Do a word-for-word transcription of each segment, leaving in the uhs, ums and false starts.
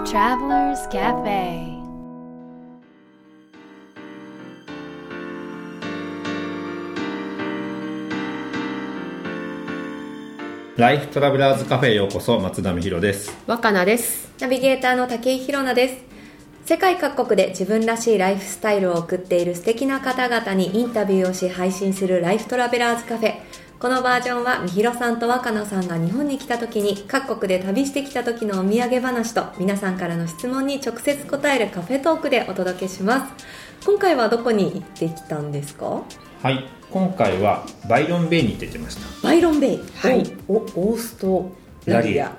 Travelers Cafe。 ライフトラベラーズカフェへようこそ。松田美弘です。 若菜です。 ナビゲーターの武井宏奈です。世界各国で自分らしいライフスタイルを送っている素敵な方々にインタビューをし配信するライフトラベラーズカフェ。このバージョンは美弘さんと若菜さんが日本に来た時に各国で旅してきた時のお土産話と皆さんからの質問に直接答えるカフェトークでお届けします。今回はどこに行ってきたんですか？ はい、今回はバイロンベイに行ってきました。 バイロンベイ、 はい、 おオーストラリア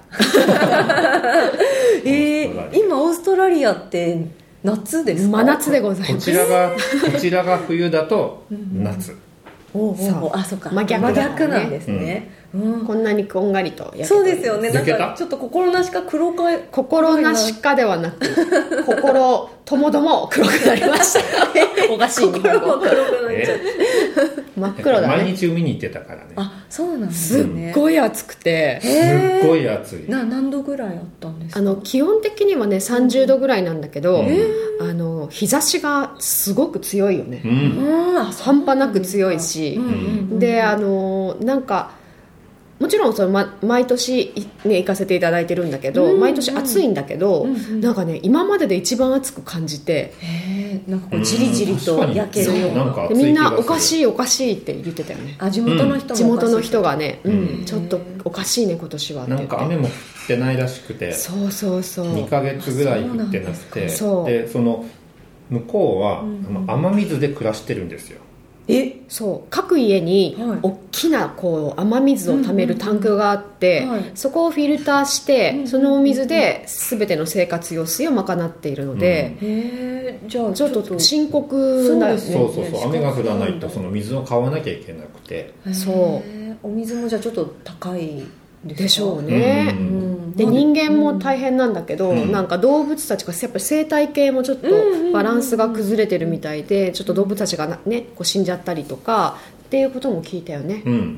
えー、今オーストラリアって夏ですか？ 真夏でございます。 こちらがこちらが冬だと夏おうおうあ、そうか、 真逆真逆なんですね、うんうん、 こんなにこんがりと焼けてそうですよね。なん焼けたかちょっと心なしか黒か心なしかではなく心ともども黒くなりましたおかしい日本心語も黒くなっちゃって真っ黒だね。 毎日海に行ってたからね。 あ、そうなんですすね。 っごい暑くて、 すっごい暑い。 な何度ぐらいあったんですか？ あの基本的にはねさんじゅうどぐらいなんだけど、あの日差しがすごく強いよね、 うんうん、 半端なく強いし、 うんうんうん、 であのなんかもちろんその、ま、毎年、ね、行かせていただいてるんだけど、うんうん、毎年暑いんだけど、うんうん、なんかね今までで一番暑く感じて、 へー、なんかこうじりじりと焼けるような、 なんかみんなおかしいおかしいって言ってたよね。 あ、地元の人もおかしい、 うん、地元の人がね、うん、ちょっとおかしいね今年はって言って、 なんか雨も降ってないらしくて、 そうそうそうにかげつぐらい降ってなくて、 そうでその向こうは、うん、あの雨水で暮らしてるんですよ。 えそう各家に大きなこう雨水をためるタンクがあって、うんうんはい、そこをフィルターして、うんうん、そのお水で全ての生活用水を賄っているので、 うん、へー、じゃあちょっと深刻な、ね、 そうそうそう、雨が降らないとその水を買わなきゃいけなくて、 そうお水もじゃあちょっと高いでしょうね、うんうん、で人間も大変なんだけど、うん、なんか動物たちがやっぱり生態系もちょっとバランスが崩れてるみたいで、ちょっと動物たちが、ね、こう死んじゃったりとかっていうことも聞いたよね。 うんうんうんうん、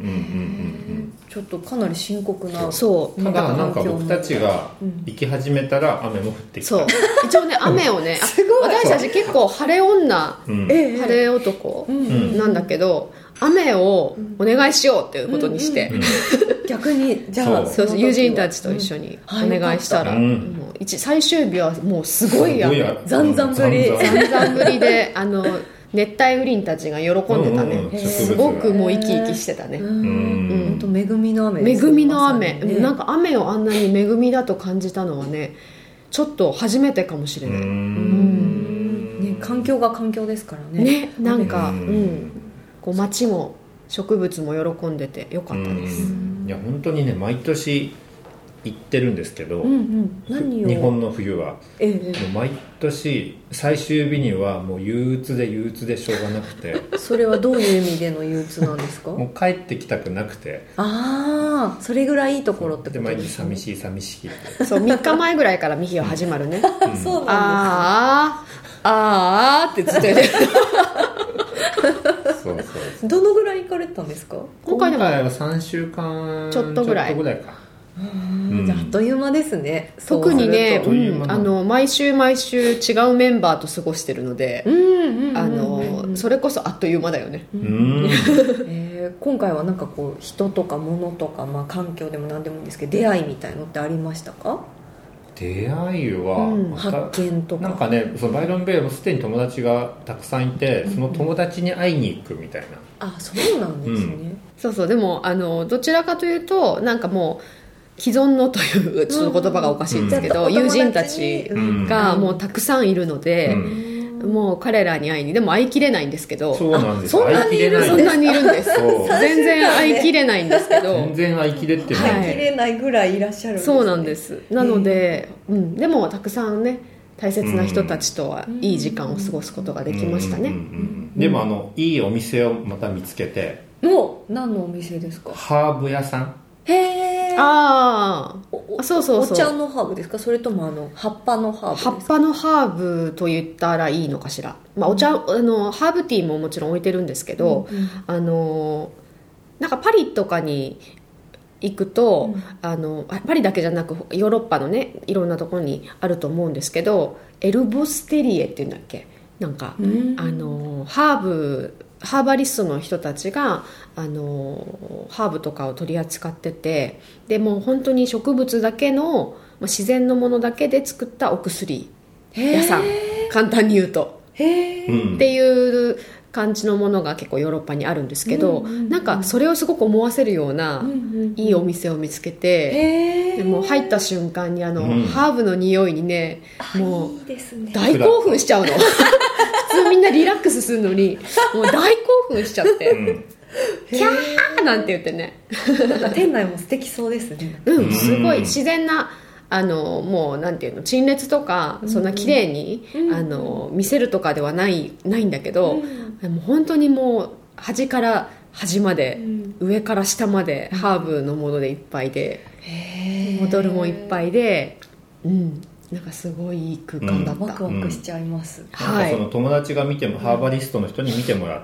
ちょっとかなり深刻な。 そうただなんか僕たちが行き始めたら雨も降ってきた。 そう一応ね雨をね私たち結構晴れ女、うん、晴れ男なんだけど、雨をお願いしようっていうことにして、うんうんうん、 逆にじゃあそうそう友人たちと一緒にお願いしたら、うん、もう一最終日はもうすごい雨、 ざんざん降りざんざん降りであの熱帯雨林たちが喜んでたね、うんうん、すごくもう生き生きしてたね、うんうん、本当恵みの雨です。 恵みの雨、ね、なんか雨をあんなに恵みだと感じたのはねちょっと初めてかもしれない。うん、 うんね、環境が環境ですからね。 ね、なんか、うん、こう街も植物も喜んでてよかったです。 いや本当にね毎年行ってるんですけど、 うんうん、何を日本の冬は、ええ、もう毎年最終日にはもう憂鬱で憂鬱でしょうがなくてそれはどういう意味での憂鬱なんですか？ もう帰ってきたくなくて、 ああそれぐらいいいところってことですね。 で毎日寂しい寂しいってそうみっかまえぐらいからミヒは始まるね、 うん、そうなんです、ね、 あーあーってずっと言ってるそうそうどのぐらい行かれたんですか？ 今回はさんしゅうかんちょっとぐらい、 ちょっとぐらいか。 うん、あっという間ですね。 特にね、うん、あの毎週毎週違うメンバーと過ごしてるので、あのそれこそあっという間だよね。 うん、 えー、今回はなんかこう人とか物とか、まあ、環境でも何でもいいんですけど出会いみたいのってありましたか？ 出会いは、 うん、発見とかなんかね、そのバイロンベイはすでに友達がたくさんいて、その友達に会いに行くみたいな。 あ、そうなんですね、うん、 そうそう。でもあのどちらかというとなんかもう既存のというちょっと言葉がおかしいんですけど、うん、友人たちがもうたくさんいるので、うん、もう彼らに会いにでも会いきれないんですけど、 そうなんです。 そんなにいるんです。そんなにいるんです。全然会いきれないんですけど、 全然会いきれってない、 会いきれないぐらいいらっしゃるんです、ね、 そうなんです。なので、うん、でもたくさんね大切な人たちとはいい時間を過ごすことができましたね。うんうんうんうん、でもあのいいお店をまた見つけて、 もう何のお店ですか？ ハーブ屋さん。 へー、 ああ、そうそうそう。 お茶のハーブですか？それともあの葉っぱのハーブですか？ 葉っぱのハーブと言ったらいいのかしら、まあ、お茶、うん、あのハーブティーももちろん置いてるんですけど、うんうん、あのなんかパリとかに行くと、 うん、 あのパリだけじゃなくヨーロッパのねいろんなところにあると思うんですけど、エルボステリエっていうんだっけ、なんか、うん、あのハーブハーバリストの人たちがあのハーブとかを取り扱ってて、でもう本当に植物だけの自然のものだけで作ったお薬屋さん、簡単に言うとへーっていう感じのものが結構ヨーロッパにあるんですけど、うんうんうん、なんかそれをすごく思わせるような、うんうんうん、いいお店を見つけて、でも入った瞬間にあの、うん、ハーブの匂いにねもういいですね、大興奮しちゃうの普通みんなリラックスするのにもう大興奮しちゃって、うん、キャーなんて言ってねなんか店内も素敵そうですね。 うん、すごい自然なあのもうなんていうの陳列とかそんな綺麗に、うん、あの見せるとかではないないんだけど、うん、もう本当にもう端から端まで、うん、上から下までハーブのものでいっぱいで、うん、モデルもいっぱいで、うん、なんかすごいいい空間だった、 うん、ワクワクしちゃいます、うん、 なんかその友達が見ても、ハーバリストの人に見てもらって、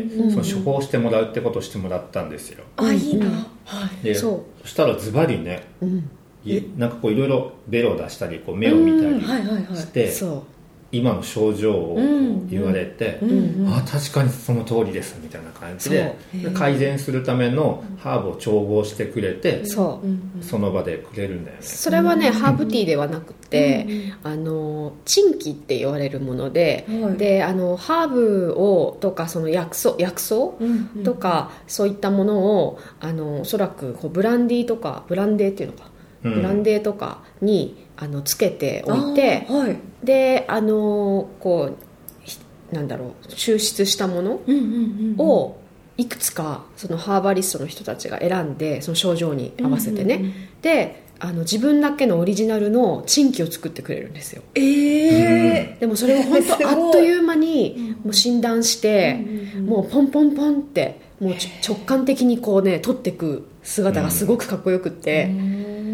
うん、その処方してもらうってことをしてもらったんですよ。 あ、いいな、うん、 で そ, そしたらズバリね、うん、なんかこういろいろベロを出したりこう目を見たりして、はいはいはい、今の症状を言われて、うんうん、あ確かにその通りですみたいな感じで改善するためのハーブを調合してくれて、そ, うその場でくれるんだよね。 それはね、ハーブティーではなくて、うんうん、あの陳気って言われるもので、はい、であのハーブをとかその薬草、薬草、うんうん、とかそういったものをあのおそらくこうブランディーとかブランデーっていうのかブランデーとかにあのつけておいて、はい、であのこうなんだろう抽出したものをいくつかそのハーバリストの人たちが選んでその症状に合わせてね、うんうんうん、であの自分だけのオリジナルの陳気を作ってくれるんですよ。えー、でもそれを本当あっという間にもう診断して、うんうん、もうポンポンポンってもう直感的にこうね取っていく姿がすごくかっこよくって、うん、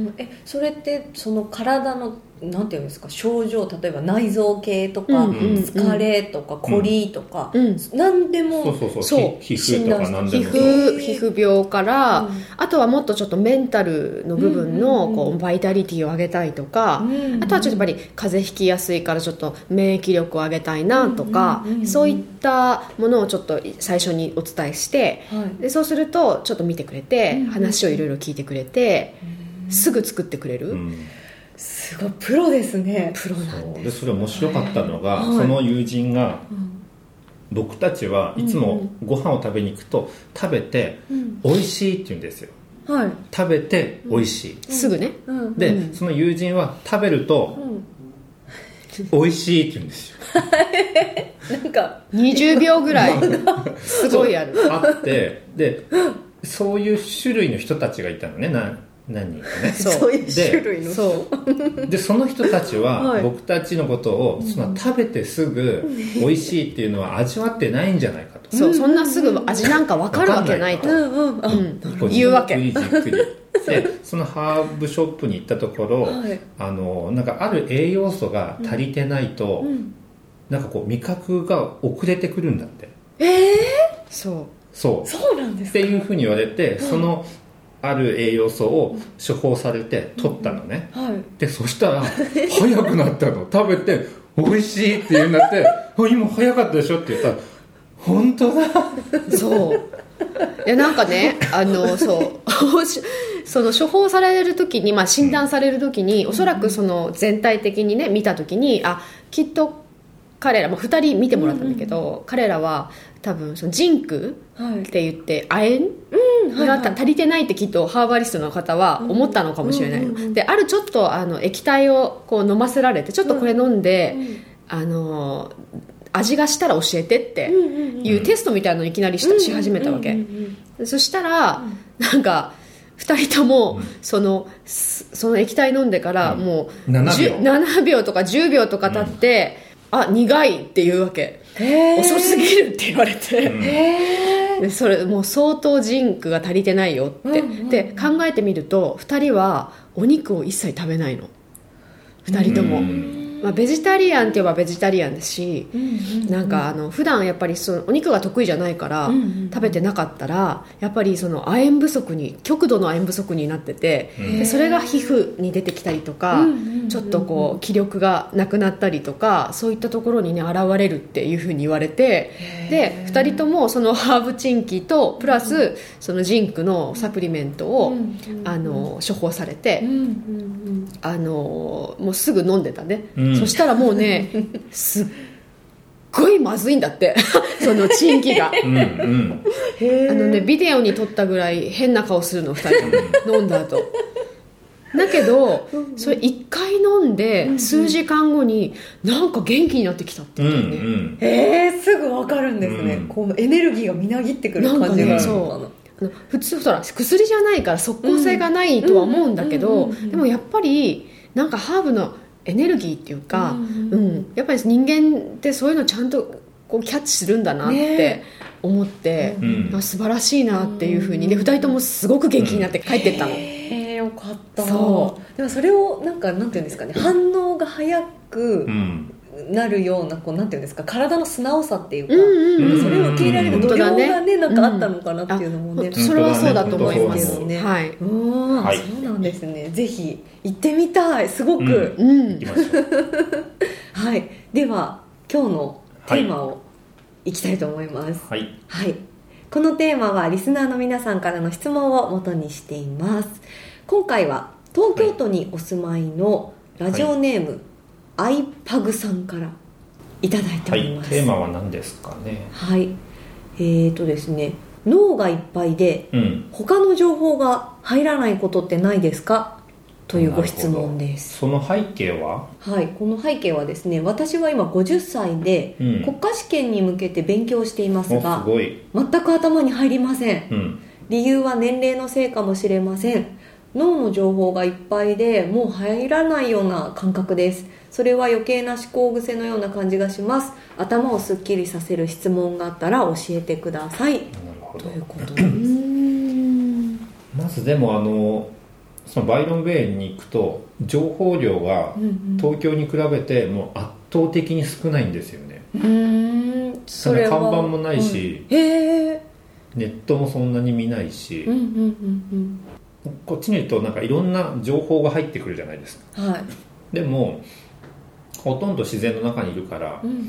えそれってその体のなんていうんですか症状、例えば内臓系とか、うんうん、疲れとかコリとか、うん、何でもそうそうそうそう皮膚とか何でも皮膚、皮膚病から、うん、あとはもっとちょっとメンタルの部分のこうバイタリティを上げたいとか、うんうんうん、あとはちょっとやっぱり風邪ひきやすいからちょっと免疫力を上げたいなとか、うんうんうんうん、そういったものをちょっと最初にお伝えして、はい、でそうするとちょっと見てくれて、うんうん、話をいろいろ聞いてくれて、うん、すぐ作ってくれる、うんすごいプロですね。 プロなんです。 でそれ面白かったのが、その友人が、うん、僕たちはいつもご飯を食べに行くと食べて、うん、美味しいって言うんですよ、はい、食べて美味しい、 うん、すぐね、 うん、で、うん、その友人は食べると、うん、美味しいって言うんですよなんかにじゅうびょうぐらいすごいあるあってでそういう種類の人たちがいたのね。な何人かね。 そう、そういう種類の人で、でその人たちは僕たちのことを、はい、その食べてすぐ美味しいっていうのは味わってないんじゃないかと。 そう、そんなすぐ味なんか分かるわけないと、うんうんうん、言うわけ。 じっくりじっくりでそのハーブショップに行ったところ、はい、あのなんかある栄養素が足りてないと、うん、なんかこう味覚が遅れてくるんだって。 えー、 そうそうそうなんですかっていうふうに言われて、そのある栄養素を処方されて取ったのね、うんはい、でそしたら早くなったの食べて美味しいって言うんだって今早かったでしょって言ったら本当だそういやなんかねあのそうその処方される時に、まあ、診断される時に、うん、おそらくその全体的にね見た時にあきっと彼らもふたり見てもらったんだけど、うんうん、彼らは多分そのジンクって言って亜鉛が足りてないってきっとハーバリストの方は思ったのかもしれない、うんうんうん、であるちょっとあの液体をこう飲ませられてちょっとこれ飲んで、うんうん、あの味がしたら教えてっていうテストみたいなのをいきなり し, し始めたわけ、うんうんうん、そしたら、うん、なんかふたりともその、その液体飲んでからもうななびょう、ななびょうとかじゅうびょうとか経って、うん、あ苦いっていうわけ。遅すぎるって言われて、うん、でそれもう相当ジンクが足りてないよって、うんうん、で考えてみるとふたりはお肉を一切食べないのふたりとも、うん、 まあ、ベジタリアンって言えばベジタリアンですし、うんうんうん、なんかあの普段やっぱりそのお肉が得意じゃないから、うんうん、食べてなかったらやっぱりその亜鉛不足に極度の亜鉛不足になってて、でそれが皮膚に出てきたりとか、うんうんうんうん、ちょっとこう気力がなくなったりとかそういったところにね現れるっていうふうに言われて、でふたりともそのハーブチンキとプラスそのジンクのサプリメントを、うんうんうん、あの処方されて、うんうんうん、あのもうすぐ飲んでたね、うん、そしたらもうねすっごいまずいんだってそのチンキがうん、うん、あのねビデオに撮ったぐらい変な顔するのふたりとも飲んだ後だけどそれいっかい飲んで数時間後になんか元気になってきたって言ってね、うんうん、 えー、すぐ分かるんですね、うん、こうエネルギーがみなぎってくる感じがあるのかな。 普通そら薬じゃないから即効性がないとは思うんだけど、でもやっぱりなんかハーブのエネルギーっていうか、うんうん、やっぱり人間ってそういうのちゃんとこうキャッチするんだなって思って、ね、うん、素晴らしいなっていうふうに、ね、ふたりともすごく元気になって帰ってったの、うん、 へえよかった。そうでもそれをなんかなんていうんですかね、反応が早くなるようなこうなんていうんですか、体の素直さっていうか、うんうん、それを受け入れられる度量が ね, ねなんかあったのかなっていうのもね、うん、 それはそうだと思います、 ね、 はい、 うん、はい、そうなんですね。ぜひ行ってみたい、すごく、 うんうん、行きましょうはい、では今日のテーマをいきたいと思います、 はいはい、このテーマはリスナーの皆さんからの質問を元にしています。今回は東京都にお住まいのラジオネーム、はいアイパグさんからいただいております、 はい、テーマは何ですかね。 はい、えーとですね脳がいっぱいで、うん、他の情報が入らないことってないですかというご質問です。 その背景は、 はい、この背景はですね、私は今ごじゅっさいで、うん、国家試験に向けて勉強していますが、 すごい全く頭に入りません、うん、理由は年齢のせいかもしれません。脳の情報がいっぱいでもう入らないような感覚です。それは余計な思考癖のような感じがします。頭をすっきりさせる質問があったら教えてください。なるほどということです。 まずでもあのそのバイロンベイに行くと情報量が東京に比べてもう圧倒的に少ないんですよね。うーん、それは看板もないし、うん、へー、ネットもそんなに見ないし、うんうんうんうんこっちにいるとなんかいろんな情報が入ってくるじゃないですか、はい、でもほとんど自然の中にいるから、うんうんうん、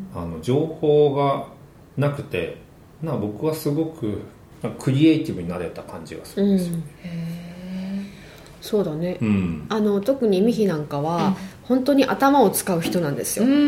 あの情報がなくてなんか僕はすごくクリエイティブになれた感じがするんですよ、うん、 へそうだね、うん、あの特にミヒなんかは、うん、本当に頭を使う人なんですよ、うんうん、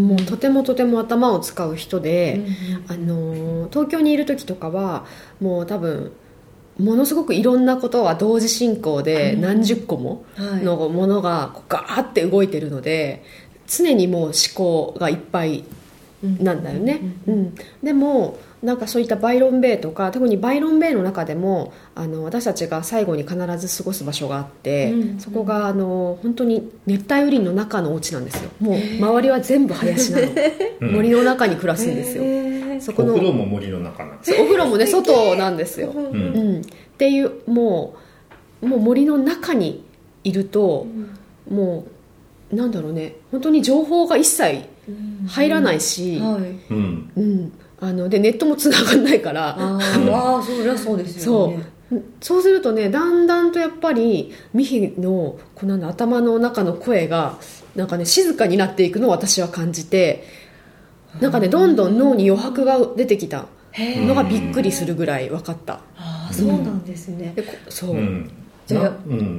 もうとてもとても頭を使う人で、うんうん、あの東京にいる時とかはもう多分ものすごくいろんなことは同時進行で何十個ものものがガーって動いてるので常にもう思考がいっぱいなんだよね、うんうんうん、でもなんかそういったバイロンベイとか特にバイロンベイの中でもあの私たちが最後に必ず過ごす場所があって、うんうん、そこがあの本当に熱帯雨林の中のお家なんですよ。もう周りは全部林なの森の中に暮らすんですよ。 そこのお風呂も森の中なんです。 お風呂もね外なんですよ、うんうん、っていうもう、もう森の中にいると、うん、もうなんだろうね本当に情報が一切入らないし、うんはいうんうん、あのでネットもつながんないからああそりゃそうですよね。 そうそうするとねだんだんとやっぱりミヒのこうなんだ頭の中の声がなんかね静かになっていくのを私は感じて、なんかねどんどん脳に余白が出てきたのがびっくりするぐらい分かった。 ああそうなんですね、うん、 そう、 うん、な, うん、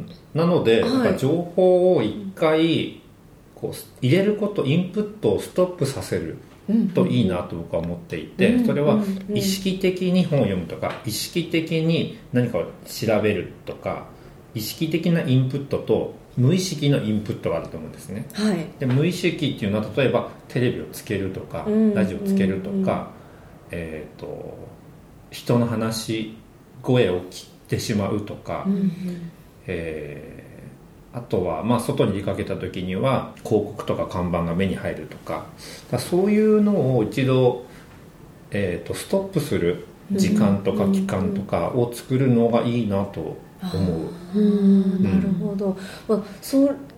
なので、はい、情報を一回こう入れることインプットをストップさせるといいなと僕は思っていて、それは意識的に本を読むとか意識的に何かを調べるとか意識的なインプットと無意識のインプットがあると思うんですね、はい、で無意識っていうのは例えばテレビをつけるとかラジオをつけるとか、えーと、人の話し声を切ってしまうとか、うんうんえー、あとは、まあ、外に出かけた時には広告とか看板が目に入るとか、だそういうのを一度、えーと、ストップする時間とか期間とかを作るのがいいなと思う。 うん、なるほど、まあ、そ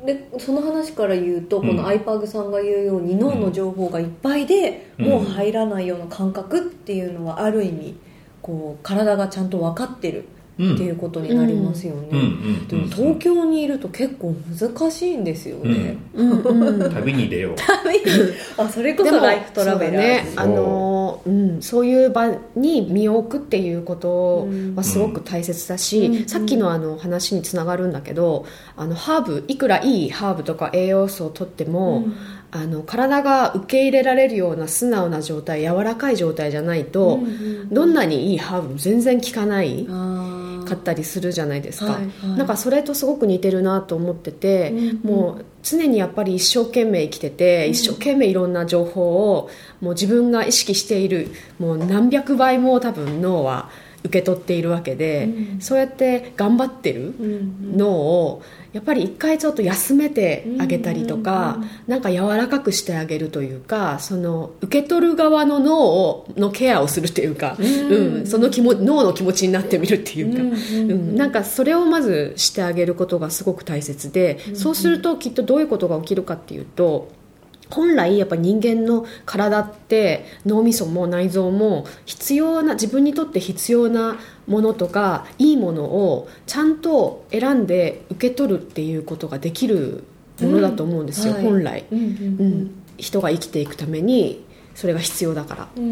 でその話から言うと、この アイパグ さんが言うように、うん、脳の情報がいっぱいで、うん、もう入らないような感覚っていうのはある意味こう体がちゃんと分かってるっていうことになりますよね、うんうん、でも東京にいると結構難しいんですよね、 うんうんうん、旅に出よう旅にあそれこそライフトラベラーね、あの、うん、そういう場に身を置くっていうことはすごく大切だし、うん、さっきのあの話につながるんだけど、あのハーブいくらいいハーブとか栄養素をとっても、うん、あの体が受け入れられるような素直な状態、柔らかい状態じゃないと、うんうん、どんなにいいハーブも全然効かないかったりするじゃないですか、はいはい、なんかそれとすごく似てるなと思ってて、うんうん、もう常にやっぱり一生懸命生きてて、うん、一生懸命いろんな情報をもう自分が意識しているもう何百倍も多分脳は受け取っているわけで、うん、そうやって頑張ってる脳をやっぱり一回ちょっと休めてあげたりとか、うんうんうん、なんか柔らかくしてあげるというか、その受け取る側の脳をのケアをするというか、うんうん、その気も脳の気持ちになってみるっていうか、うんうんうん、なんかそれをまずしてあげることがすごく大切で、うんうん、そうするときっとどういうことが起きるかっていうと、本来やっぱ人間の体って脳みそも内臓も必要な、自分にとって必要なものとかいいものをちゃんと選んで受け取るっていうことができるものだと思うんですよ、うん、本来、うんうんうん、人が生きていくためにそれが必要だから、うんうん、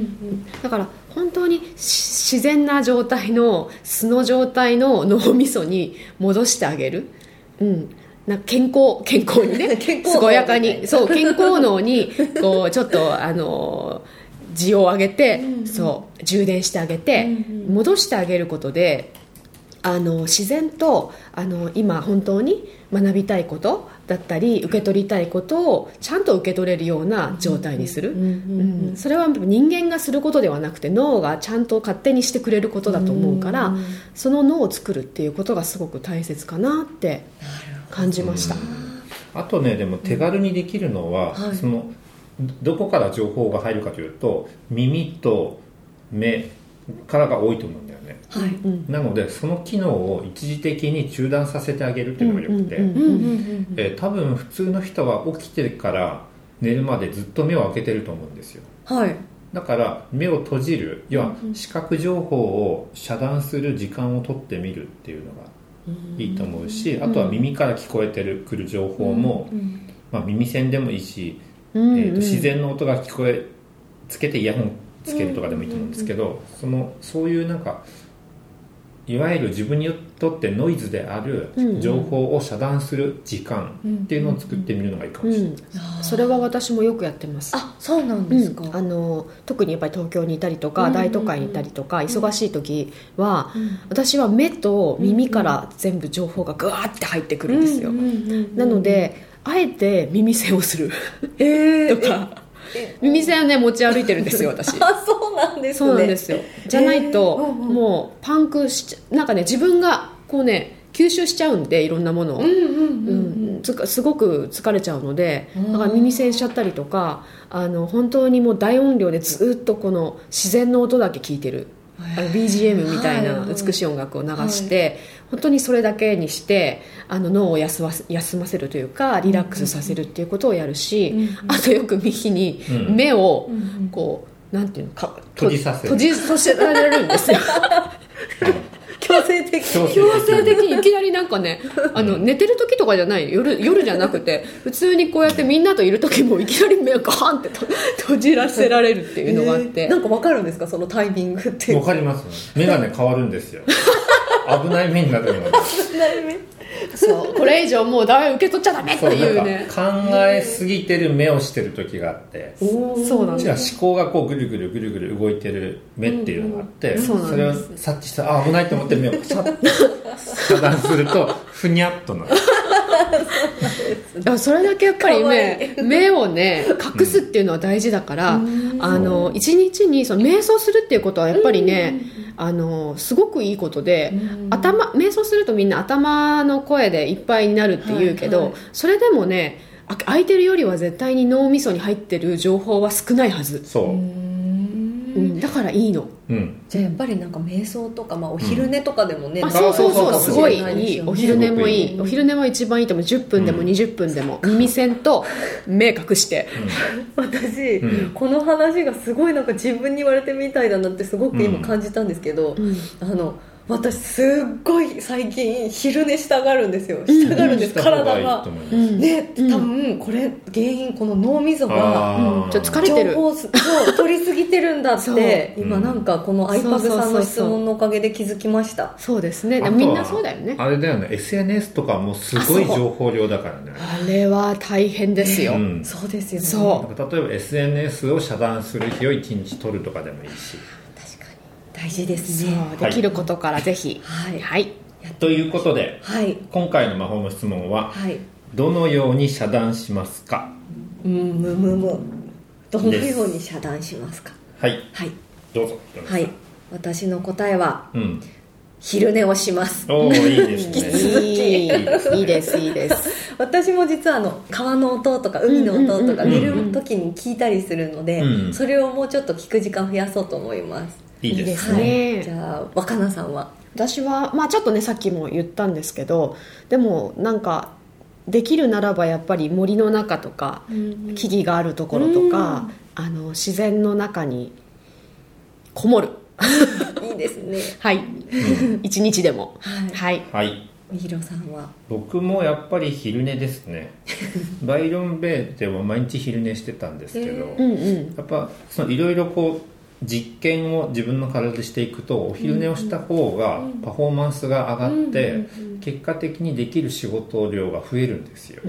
だから本当に自然な状態の素の状態の脳みそに戻してあげる、うんなんか健康健康にね健康健やかにそう健康脳にこうちょっとあの地を上げて、うんうん、そう充電してあげて、うんうん、戻してあげることであの自然とあの今本当に学びたいことだったり受け取りたいことをちゃんと受け取れるような状態にする、うんうんうんうん、それは人間がすることではなくて脳がちゃんと勝手にしてくれることだと思うから、うんうん、その脳を作るっていうことがすごく大切かなって感じました、うん、 あとねでも手軽にできるのは、うんはい、そのどこから情報が入るかというと耳と目からが多いと思うんだよね、はい、なのでその機能を一時的に中断させてあげるっていうのがよくて多分普通の人は起きてから寝るまでずっと目を開けてると思うんですよ、はい、だから目を閉じる、要は視覚情報を遮断する時間を取ってみるっていうのがいいと思うし、あとは耳から聞こえてくる情報も、まあ、耳栓でもいいし、えーと自然の音が聞こえつけてイヤホンつけるとかでもいいと思うんですけど、そのそういうなんかいわゆる自分にとってノイズである情報を遮断する時間っていうのを作ってみるのがいいかもしれない、うんうんうん、それは私もよくやってます。 あ、そうなんですか、 うん、あの特にやっぱり東京にいたりとか、うんうんうん、大都会にいたりとか忙しい時は、うん、私は目と耳から全部情報がグワーって入ってくるんですよ、うんうんうんうん、なのであえて耳栓をする、えー、とか耳栓をね持ち歩いてるんですよ私。 あ、そうなんですね。 そうなんですよ。じゃないと、えー、もうパンクしちゃなんかね自分がこうね吸収しちゃうんでいろんなものを、うんうんうんうん、つすごく疲れちゃうので、だから耳栓しちゃったりとか、あの本当にもう大音量でずっとこの自然の音だけ聞いてる、あの ビージーエム みたいな美しい音楽を流して、はい、本当にそれだけにしてあの脳を休ませ、休ませるというかリラックスさせるっていうことをやるし、うんうん、あとよく右に目をこう、うん、なんていうのか閉じさせる閉じさせられるんですよ強制的強制的にいきなりなんかねあの寝てる時とかじゃない、夜、夜じゃなくて普通にこうやってみんなといる時もいきなり目をガーンって閉じらせられるっていうのがあって、 えー、なんか分かるんですかそのタイミングって。 分かります、目がね変わるんですよ危ない目になるので危ない目そうこれ以上もうダメ、受け取っちゃダメっていうね、 考えすぎてる目をしてる時があって、そうなんです思考がこうぐるぐるぐるぐる動いてる目っていうのがあって、うんうん、それを察知したらあ危ないと思って目をシャッと遮断するとふにゃっとなるそ, それだけやっぱり目, 目をね隠すっていうのは大事だから、うん、あの一日にその瞑想するっていうことはやっぱりね、うん、あのすごくいいことで、うん、頭瞑想するとみんな頭の声でいっぱいになるって言うけど、はいはい、それでもね空いてるよりは絶対に脳みそに入ってる情報は少ないはず。 そううん、だからいいの、 うん、じゃあやっぱりなんか瞑想とか、まあ、お昼寝とかでもね、 うん、あそうそうそうすごいいい、お昼寝もいい、お昼寝も一番いいと思う。じゅっぷんでもにじゅっぷんでも、うん、耳栓と目隠して、 うん、私、うん、この話がすごいなんか自分に言われてみたいだなってすごく今感じたんですけど、うん、あの私すっごい最近昼寝したがるんですよ。したがるんです、うん、体が、うん、ね、多分これ原因この脳みそが、 うん、ちょっと疲れてる情報を取りすぎてるんだって今なんかこの アイパグ さんの質問のおかげで気づきました。 そうですね、みんなそうだよね。 あれだよね、 エスエヌエス とかもすごい情報量だからね。 あ, あれは大変ですよ、うん、 そうですよね。 そう例えば エスエヌエス を遮断する日をいちにち取るとかでもいいし、 大事ですね。 そう、できることからぜひ、 はいはい、 ということで、 はい、 今回の魔法の質問は、 はい、 どのように遮断しますか。 うんむむむどのように遮断しますか。 はい、 はい、 どうぞ。 はい、私の答えは、 うん、 昼寝をします。 おー、いいですね。 引き続きいいですいいですいいです私も実はあの川の音とか海の音とか寝る時に聞いたりするので、 うん、 それをもうちょっと聞く時間増やそうと思います。 いいですね、 はい、じゃあ若菜さんは。 私は、まあ、ちょっとねさっきも言ったんですけど、でもなんかできるならばやっぱり森の中とか、うんうん、木々があるところとか、うん、あの自然の中にこもるいいですねはい、うん、一日でもはい、 はい、 みひろさんは。 僕もやっぱり昼寝ですねバイロンベイでは毎日昼寝してたんですけど、 うんうん、 やっぱいろいろこう実験を自分の体でしていくと、お昼寝をした方がパフォーマンスが上がって、結果的にできる仕事量が増えるんですよ、うん、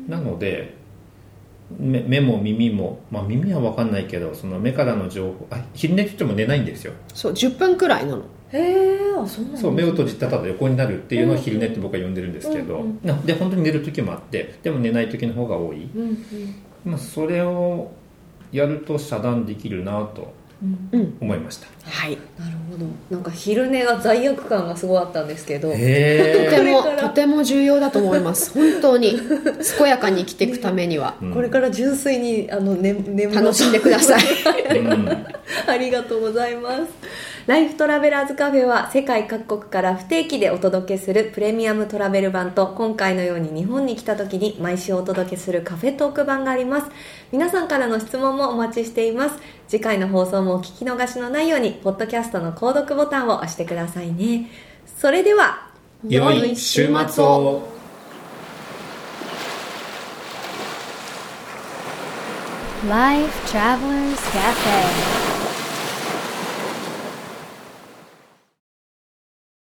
なので 目, 目も耳も、まあ、耳は分かんないけど、その目からの情報、あ、昼寝って言っても寝ないんですよ。 そう、じゅっぷんくらいなの。 へー、あ、そうなんですね。そう、 目を閉じたただ横になるっていうのを昼寝って僕は呼んでるんですけど、うんうん、で本当に寝る時もあって、でも寝ない時の方が多い、うんうん、まあ、それをやると遮断できるなと思いました、 うん、はい。 なるほど。なんか昼寝が罪悪感がすごいあったんですけど、 へとてもとても重要だと思います本当に健やかに生きていくためには、 ね、これから純粋にあの、ね、眠楽しんでくださいうん、 ありがとうございます。ライフトラベラーズカフェは世界各国から不定期でお届けするプレミアムトラベル版と、今回のように日本に来た時に毎週お届けするカフェトーク版があります。皆さんからの質問もお待ちしています。次回の放送もお聞き逃しのないようにポッドキャストの購読ボタンを押してくださいね。それでは良い週末を。 Life Travelers Cafe